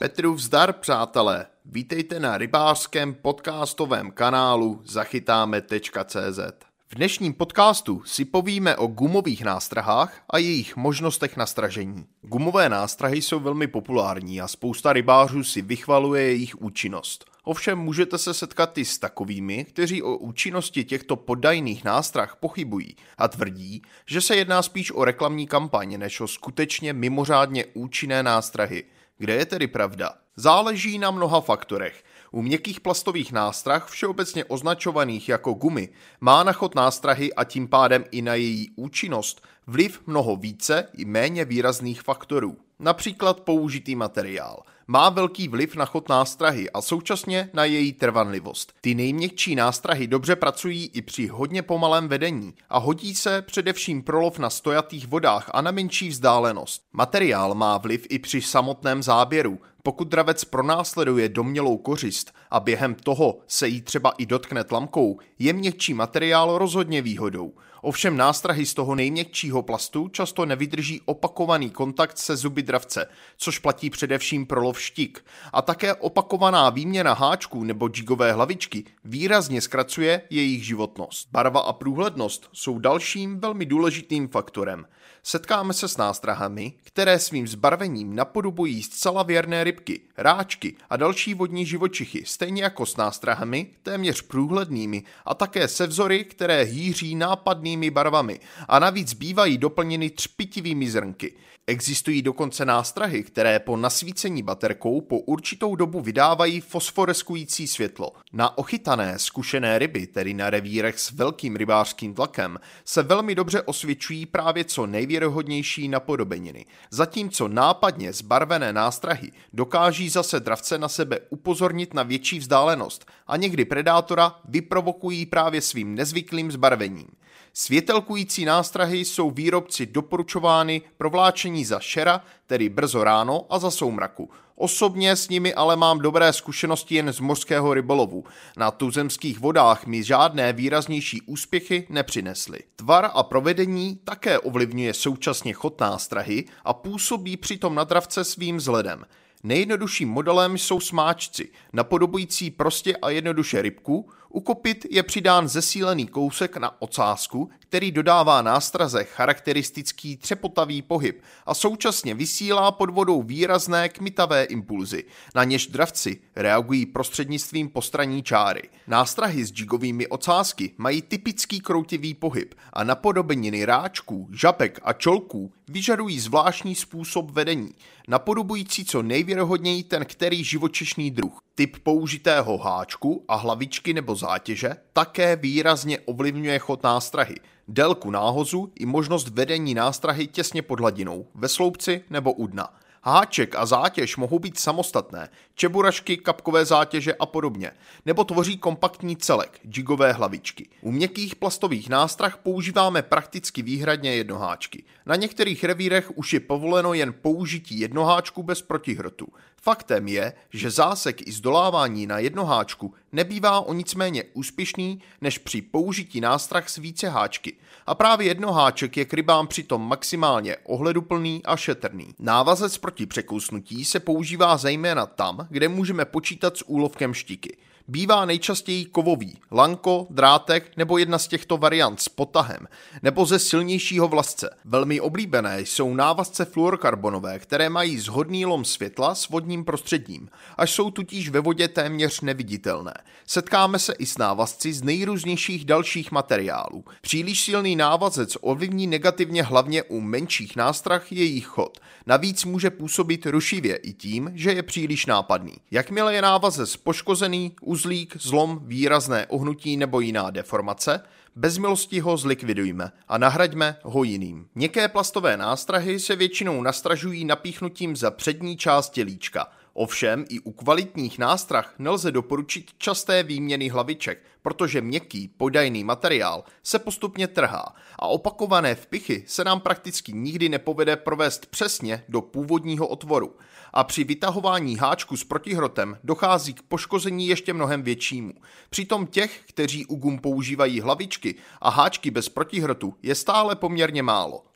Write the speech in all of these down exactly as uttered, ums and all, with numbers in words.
Petrův zdar, přátelé, vítejte na rybářském podcastovém kanálu zachytáme tečka cé zet. V dnešním podcastu si povíme o gumových nástrahách a jejich možnostech nastražení. Gumové nástrahy jsou velmi populární a spousta rybářů si vychvaluje jejich účinnost. Ovšem můžete se setkat i s takovými, kteří o účinnosti těchto poddajných nástrah pochybují a tvrdí, že se jedná spíš o reklamní kampaň než o skutečně mimořádně účinné nástrahy. Kde je tedy pravda? Záleží na mnoha faktorech. U měkkých plastových nástrah, všeobecně označovaných jako gumy, má na chod nástrahy a tím pádem i na její účinnost vliv mnoho více i méně výrazných faktorů. Například použitý materiál má velký vliv na chod nástrahy a současně na její trvanlivost. Ty nejměkčí nástrahy dobře pracují i při hodně pomalém vedení a hodí se především pro lov na stojatých vodách a na menší vzdálenost. Materiál má vliv i při samotném záběru. Pokud dravec pronásleduje domnělou kořist a během toho se jí třeba i dotkne tlamkou, je měkčí materiál rozhodně výhodou. Ovšem nástrahy z toho nejměkčího plastu často nevydrží opakovaný kontakt se zuby dravce, což platí především pro lov štik. A také opakovaná výměna háčků nebo jigové hlavičky výrazně zkracuje jejich životnost. Barva a průhlednost jsou dalším velmi důležitým faktorem. Setkáme se s nástrahami, které svým zbarvením napodobují zcela věrné rybky, ráčky a další vodní živočichy, stejně jako s nástrahami téměř průhlednými a také se vzory, které hýří nápadnými barvami a navíc bývají doplněny třpitivými zrnky. Existují dokonce nástrahy, které po nasvícení baterkou po určitou dobu vydávají fosforeskující světlo. Na ochytané, zkušené ryby, tedy na revírech s velkým rybářským tlakem, se velmi dobře osvědčují právě co nejvěrohodnější napodobeniny. Zatímco nápadně zbarvené nástrahy dokáží zase dravce na sebe upozornit na větší vzdálenost a někdy predátora vyprovokují právě svým nezvyklým zbarvením. Světelkující nástrahy jsou výrobci doporučovány pro vláčení za šera, tedy brzo ráno a za soumraku. Osobně s nimi ale mám dobré zkušenosti jen z mořského rybolovu. Na tuzemských vodách mi žádné výraznější úspěchy nepřinesly. Tvar a provedení také ovlivňuje současně chod nástrahy a působí přitom na dravce svým vzhledem. Nejjednodušším modelem jsou smáčci, napodobující prostě a jednoduše rybku. U kopyt je přidán zesílený kousek na ocásku, který dodává nástraze charakteristický třepotavý pohyb a současně vysílá pod vodou výrazné kmitavé impulzy, na něž dravci reagují prostřednictvím postranní čáry. Nástrahy s jigovými ocásky mají typický kroutivý pohyb a napodobeniny ráčků, žabek a čolků vyžadují zvláštní způsob vedení, napodobující co nejvěrohodněji ten který živočišný druh. Typ použitého háčku a hlavičky nebo zátěže také výrazně ovlivňuje chod nástrahy, délku náhozu i možnost vedení nástrahy těsně pod hladinou, ve sloupci nebo u dna. Háček a zátěž mohou být samostatné, čeburašky, kapkové zátěže a podobně, nebo tvoří kompaktní celek, jigové hlavičky. U měkkých plastových nástrah používáme prakticky výhradně jednoháčky. Na některých revírech už je povoleno jen použití jednoháčku bez protihrotu. Faktem je, že zásek i zdolávání na jednoháčku nebývá o nic méně úspěšný než při použití nástrah s více háčky. A právě jednoháček je k rybám přitom maximálně ohleduplný a šetrný. Návazec proti překousnutí se používá zejména tam, kde můžeme počítat s úlovkem štiky. Bývá nejčastěji kovový, lanko, drátek nebo jedna z těchto variant s potahem nebo ze silnějšího vlasce. Velmi oblíbené jsou návazce fluorokarbonové, které mají shodný lom světla s vodním prostředím, až jsou tutíž ve vodě téměř neviditelné. Setkáme se i s návazci z nejrůznějších dalších materiálů. Příliš silný návazec ovlivní negativně hlavně u menších nástrah jejich chod. Navíc může působit rušivě i tím, že je příliš nápadný. Jakmile je návazec poškozený, uzlík, zlom, výrazné ohnutí nebo jiná deformace, bez milosti ho zlikvidujme a nahraďme ho jiným. Měkké plastové nástrahy se většinou nastražují napíchnutím za přední část tělíčka. Ovšem i u kvalitních nástrah nelze doporučit časté výměny hlaviček, protože měkký, podajný materiál se postupně trhá a opakované vpichy se nám prakticky nikdy nepovede provést přesně do původního otvoru. A při vytahování háčku s protihrotem dochází k poškození ještě mnohem většímu. Přitom těch, kteří u gum používají hlavičky a háčky bez protihrotu, je stále poměrně málo.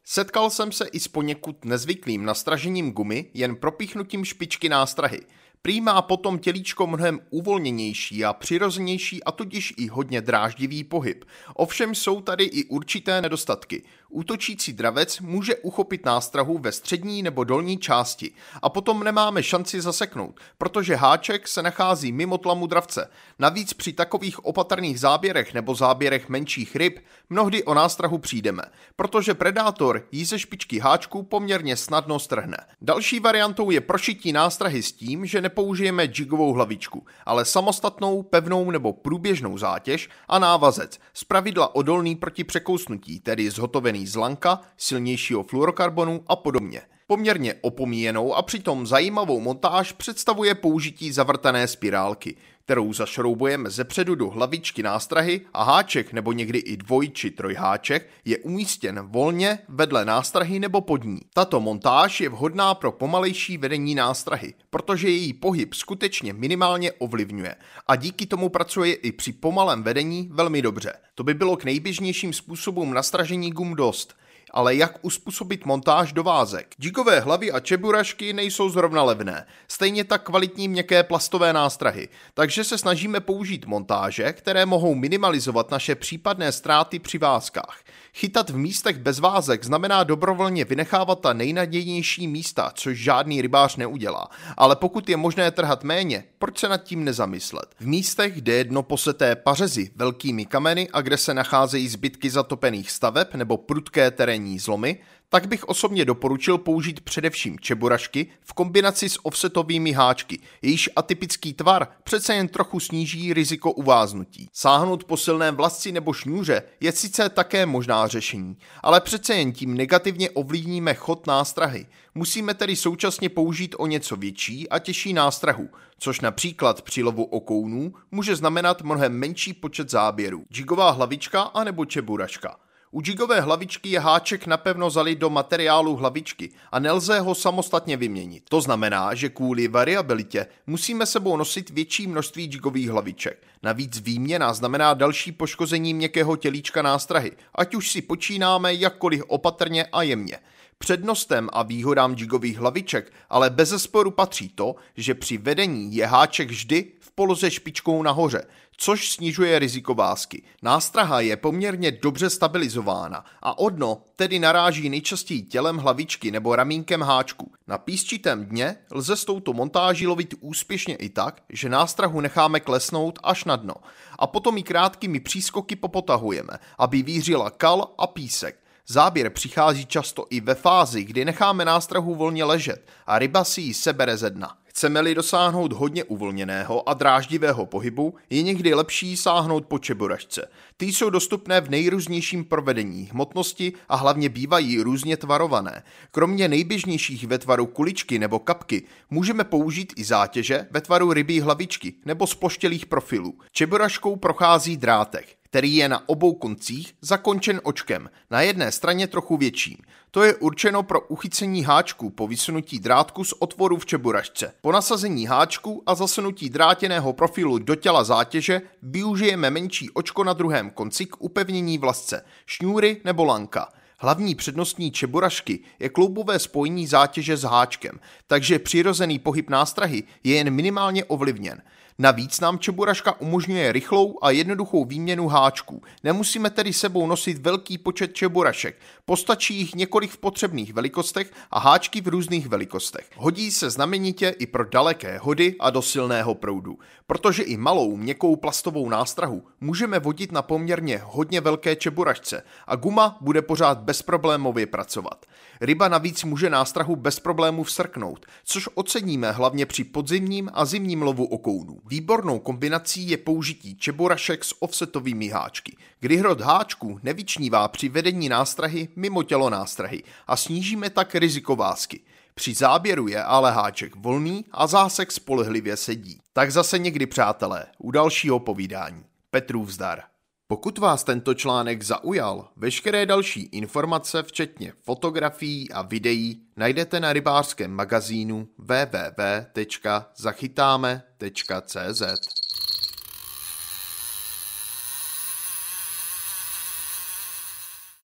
Setkal jsem se i s poněkud nezvyklým nastražením gumy jen propíchnutím špičky nástrahy. Prý má potom tělíčko mnohem uvolněnější a přirozenější a tudíž i hodně dráždivý pohyb. Ovšem jsou tady i určité nedostatky. Útočící dravec může uchopit nástrahu ve střední nebo dolní části a potom nemáme šanci zaseknout, protože háček se nachází mimo tlamu dravce. Navíc při takových opatrných záběrech nebo záběrech menších ryb mnohdy o nástrahu přijdeme, protože predátor ji ze špičky háčku poměrně snadno strhne. Další variantou je prošití nástrahy s tím, že nepoužijeme jigovou hlavičku, ale samostatnou, pevnou nebo průběžnou zátěž a návazec, zpravidla odolný proti překousnutí, tedy zhotovený z lanka, silnějšího fluorokarbonu a podobně. Poměrně opomíjenou a přitom zajímavou montáž představuje použití zavrtané spirálky, kterou zašroubujeme zepředu do hlavičky nástrahy a háček nebo někdy i dvoj či trojháček je umístěn volně vedle nástrahy nebo pod ní. Tato montáž je vhodná pro pomalejší vedení nástrahy, protože její pohyb skutečně minimálně ovlivňuje a díky tomu pracuje i při pomalém vedení velmi dobře. To by bylo k nejběžnějším způsobům nastražení gum dost. Ale jak uspůsobit montáž do vázek? Jigové hlavy a čeburašky nejsou zrovna levné, stejně tak kvalitní měkké plastové nástrahy, takže se snažíme použít montáže, které mohou minimalizovat naše případné ztráty při vázkách. Chytat v místech bez vázek znamená dobrovolně vynechávat ta nejnadějnější místa, což žádný rybář neudělá, ale pokud je možné trhat méně, proč se nad tím nezamyslet? V místech, kde je dno poseté pařezy velkými kameny a kde se nacházejí zbytky zatopených staveb nebo prudké terénní zlomy, tak bych osobně doporučil použít především čeburašky v kombinaci s offsetovými háčky, jejíž atypický tvar přece jen trochu sníží riziko uváznutí. Sáhnout po silném vlasci nebo šňůře je sice také možná řešení, ale přece jen tím negativně ovlivníme chod nástrahy. Musíme tedy současně použít o něco větší a těžší nástrahu, což například při lovu okounů může znamenat mnohem menší počet záběrů. Jigová hlavička anebo čeburaška. U jigové hlavičky je háček napevno zalit do materiálu hlavičky a nelze ho samostatně vyměnit. To znamená, že kvůli variabilitě musíme sebou nosit větší množství jigových hlaviček. Navíc výměna znamená další poškození měkkého tělíčka nástrahy, ať už si počínáme jakkoliv opatrně a jemně. Přednostem a výhodám jigových hlaviček ale bezesporu patří to, že při vedení je háček vždy v poloze špičkou nahoře, což snižuje riziko vázky. Nástraha je poměrně dobře stabilizována a o dno tedy naráží nejčastěji tělem hlavičky nebo ramínkem háčku. Na písčitém dně lze s touto montáží lovit úspěšně i tak, že nástrahu necháme klesnout až na dno a potom ji krátkými přískoky popotahujeme, aby vířila kal a písek. Záběr přichází často i ve fázi, kdy necháme nástrahu volně ležet a ryba si ji sebere ze dna. Chceme-li dosáhnout hodně uvolněného a dráždivého pohybu, je někdy lepší sáhnout po čeburašce. Ty jsou dostupné v nejrůznějším provedení hmotnosti a hlavně bývají různě tvarované. Kromě nejběžnějších ve tvaru kuličky nebo kapky můžeme použít i zátěže ve tvaru rybí hlavičky nebo sploštělých profilů. Čeburaškou prochází drátek, který je na obou koncích zakončen očkem, na jedné straně trochu větším. To je určeno pro uchycení háčku po vysunutí drátku z otvoru v čeburašce. Po nasazení háčku a zasunutí drátěného profilu do těla zátěže využijeme menší očko na druhém konci k upevnění vlasce, šňůry nebo lanka. Hlavní přednostní čeburašky je kloubové spojení zátěže s háčkem, takže přirozený pohyb nástrahy je jen minimálně ovlivněn. Navíc nám čeburaška umožňuje rychlou a jednoduchou výměnu háčků. Nemusíme tedy sebou nosit velký počet čeburašek, postačí jich několik v potřebných velikostech a háčky v různých velikostech. Hodí se znamenitě i pro daleké hody a do silného proudu, protože i malou měkkou plastovou nástrahu můžeme vodit na poměrně hodně velké čeburašce a guma bude pořád bezproblémově pracovat. Ryba navíc může nástrahu bez problémů vsrknout, což oceníme hlavně při podzimním a zimním lovu okounů. Výbornou kombinací je použití čeburašek s offsetovými háčky, kdy hrot háčků nevyčnívá při vedení nástrahy mimo tělo nástrahy a snížíme tak riziko vázky. Při záběru je ale háček volný a zásek spolehlivě sedí. Tak zase někdy, přátelé, u dalšího povídání. Petrův zdar. Pokud vás tento článek zaujal, veškeré další informace, včetně fotografií a videí, najdete na rybářském magazínu w w w tečka zachytáme tečka cé zet.